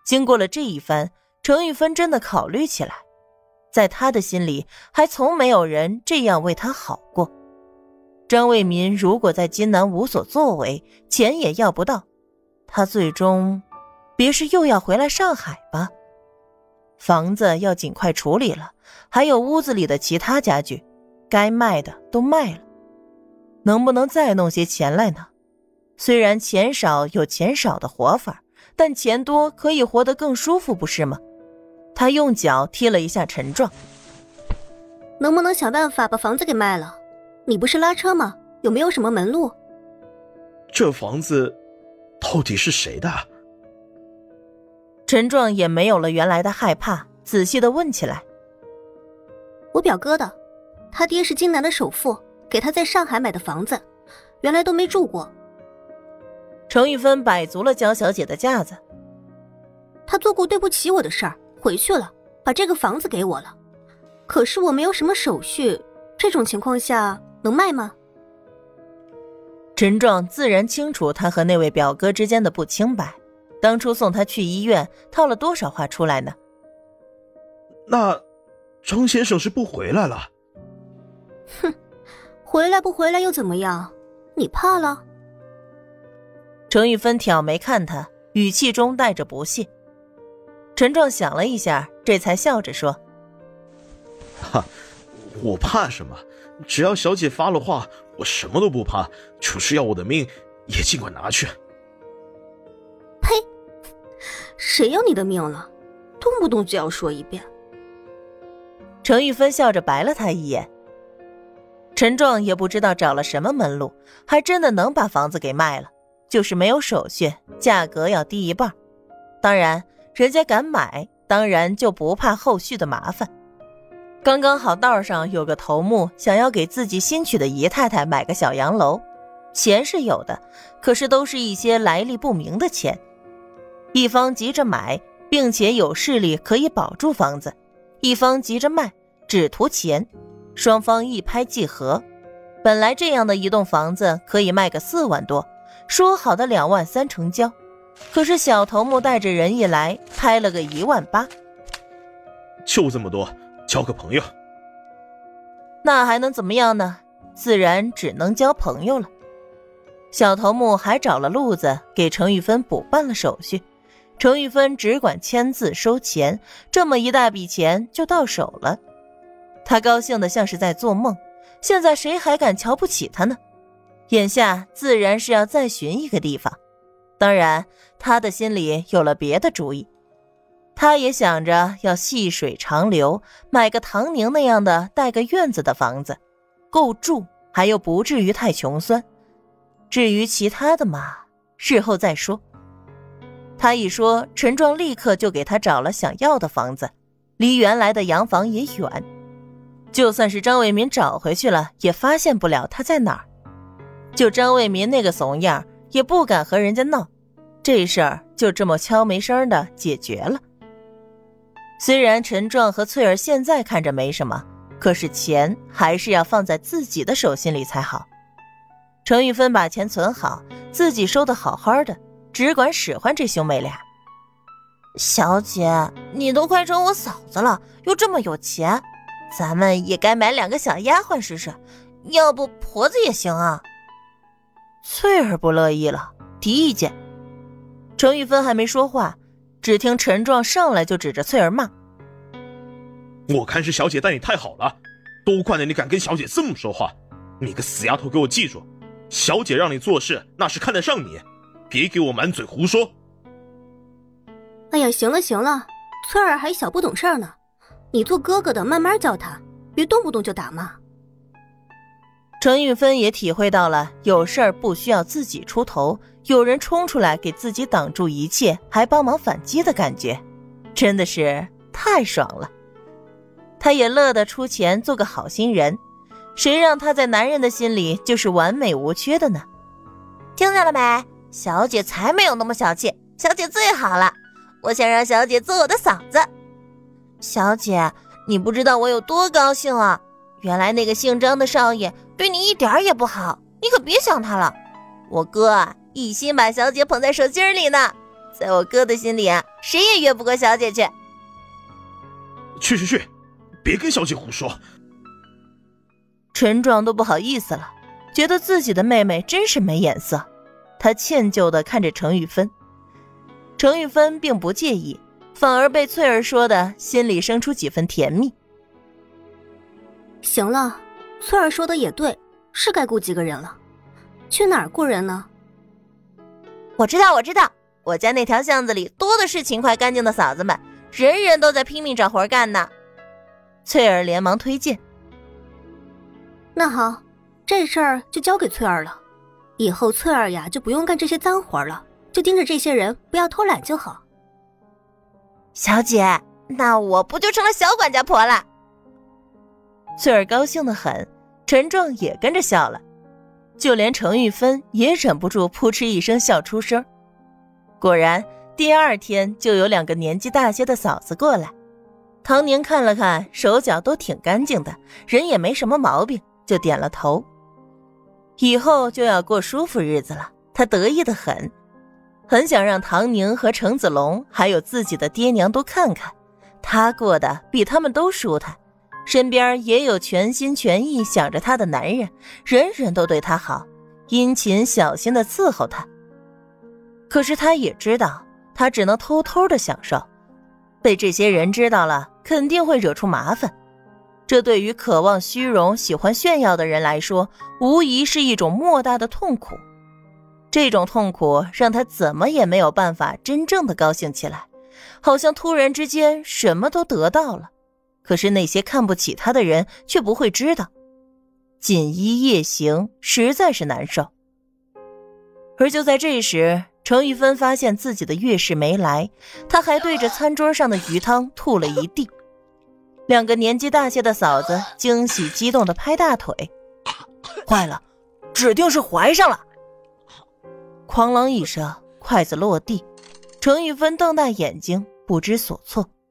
经过了这一番，程玉芬真的考虑起来，在他的心里还从没有人这样为他好过。张卫民如果在金南无所作为，钱也要不到，他最终别是又要回来上海吧。房子要尽快处理了，还有屋子里的其他家具，该卖的都卖了，能不能再弄些钱来呢？虽然钱少有钱少的活法，但钱多可以活得更舒服，不是吗？他用脚踢了一下陈壮。 能不能想办法把房子给卖了？你不是拉车吗？有没有什么门路？ 这房子到底是谁的？ 陈壮也没有了原来的害怕，仔细地问起来。 我表哥的，他爹是金南的首富，给他在上海买的房子，原来都没住过。 程玉芬摆足了娇小姐的架子。 他做过对不起我的事儿，回去了，把这个房子给我了。可是我没有什么手续，这种情况下能卖吗？ 陈壮自然清楚他和那位表哥之间的不清白，当初送他去医院套了多少话出来呢？ 那张先生是不回来了？ 哼，回来不回来又怎么样？你怕了？ 程玉芬挑眉看他，语气中带着不屑。陈壮想了一下，这才笑着说： 哈，我怕什么？只要小姐发了话，我什么都不怕，就是要我的命也尽管拿去。 呸，谁要你的命了？动不动就要说一遍。 程玉芬笑着白了他一眼。陈壮也不知道找了什么门路，还真的能把房子给卖了，就是没有手续，价格要低一半。当然人家敢买，当然就不怕后续的麻烦。刚刚好道上有个头目想要给自己新娶的姨太太买个小洋楼，钱是有的，可是都是一些来历不明的钱。一方急着买，并且有势力可以保住房子，一方急着卖，只图钱，双方一拍即合。本来这样的一栋房子可以卖个4万多，说好的2万3成交，可是小头目带着人一来，拍了个1万8。 就这么多，交个朋友。 那还能怎么样呢？自然只能交朋友了。小头目还找了路子给程玉芬补办了手续，程玉芬只管签字收钱，这么一大笔钱就到手了。他高兴得像是在做梦，现在谁还敢瞧不起他呢？眼下自然是要再寻一个地方，当然他的心里有了别的主意。他也想着要细水长流，买个唐宁那样的带个院子的房子，够住，还又不至于太穷酸。至于其他的嘛，日后再说。他一说，陈壮立刻就给他找了想要的房子，离原来的洋房也远，就算是张卫民找回去了，也发现不了他在哪儿。就张卫民那个怂样，也不敢和人家闹，这事儿就这么悄没声的解决了。虽然陈壮和翠儿现在看着没什么，可是钱还是要放在自己的手心里才好。程玉芬把钱存好，自己收得好好的，只管使唤这兄妹俩。小姐，你都快成我嫂子了，又这么有钱，咱们也该买2个小丫鬟试试，要不婆子也行啊。翠儿不乐意了，提意见。程玉芬还没说话，只听陈壮上来就指着翠儿骂： 我看是小姐待你太好了，都怪你敢跟小姐这么说话，你个死丫头，给我记住，小姐让你做事那是看得上你，别给我满嘴胡说。 哎呀，行了行了，翠儿还小不懂事呢，你做哥哥的慢慢教她，别动不动就打骂。 程玉芬也体会到了有事儿不需要自己出头，有人冲出来给自己挡住一切，还帮忙反击的感觉，真的是太爽了。他也乐得出钱做个好心人，谁让他在男人的心里就是完美无缺的呢？听见了没？小姐才没有那么小气，小姐最好了，我想让小姐做我的嫂子。小姐，你不知道我有多高兴啊！原来那个姓张的少爷对你一点也不好，你可别想他了。我哥一心把小姐捧在手心里呢， 在我哥的心里啊，谁也越不过小姐去。 去，别跟小姐胡说。 陈壮都不好意思了，觉得自己的妹妹真是没眼色。他歉疚地看着程玉芬，程玉芬并不介意，反而被翠儿说的心里生出几分甜蜜。 行了，翠儿说的也对，是该雇几个人了。去哪儿雇人呢？ 我知道，我家那条巷子里多的是勤快干净的嫂子们，人人都在拼命找活干呢。翠儿连忙推荐。 那好，这事儿就交给翠儿了。以后翠儿呀就不用干这些脏活了，就盯着这些人不要偷懒就好。 小姐，那我不就成了小管家婆了？翠儿高兴得很，陈壮也跟着笑了，就连程玉芬也忍不住扑哧一声笑出声。果然第二天就有2个年纪大些的嫂子过来。唐宁看了看，手脚都挺干净的，人也没什么毛病，就点了头。以后就要过舒服日子了，他得意得很，很想让唐宁和程子龙还有自己的爹娘都看看，他过得比他们都舒坦，身边也有全心全意想着他的男人，人人都对他好，殷勤小心地伺候他。可是他也知道，他只能偷偷地享受，被这些人知道了，肯定会惹出麻烦。这对于渴望虚荣、喜欢炫耀的人来说，无疑是一种莫大的痛苦。这种痛苦让他怎么也没有办法真正的高兴起来，好像突然之间什么都得到了。可是那些看不起他的人却不会知道，锦衣夜行实在是难受。而就在这时，程玉芬发现自己的月事没来，她还对着餐桌上的鱼汤吐了一地。2个年纪大些的嫂子惊喜激动地拍大腿，坏了，指定是怀上了。哐啷一声，筷子落地，程玉芬瞪大眼睛不知所措。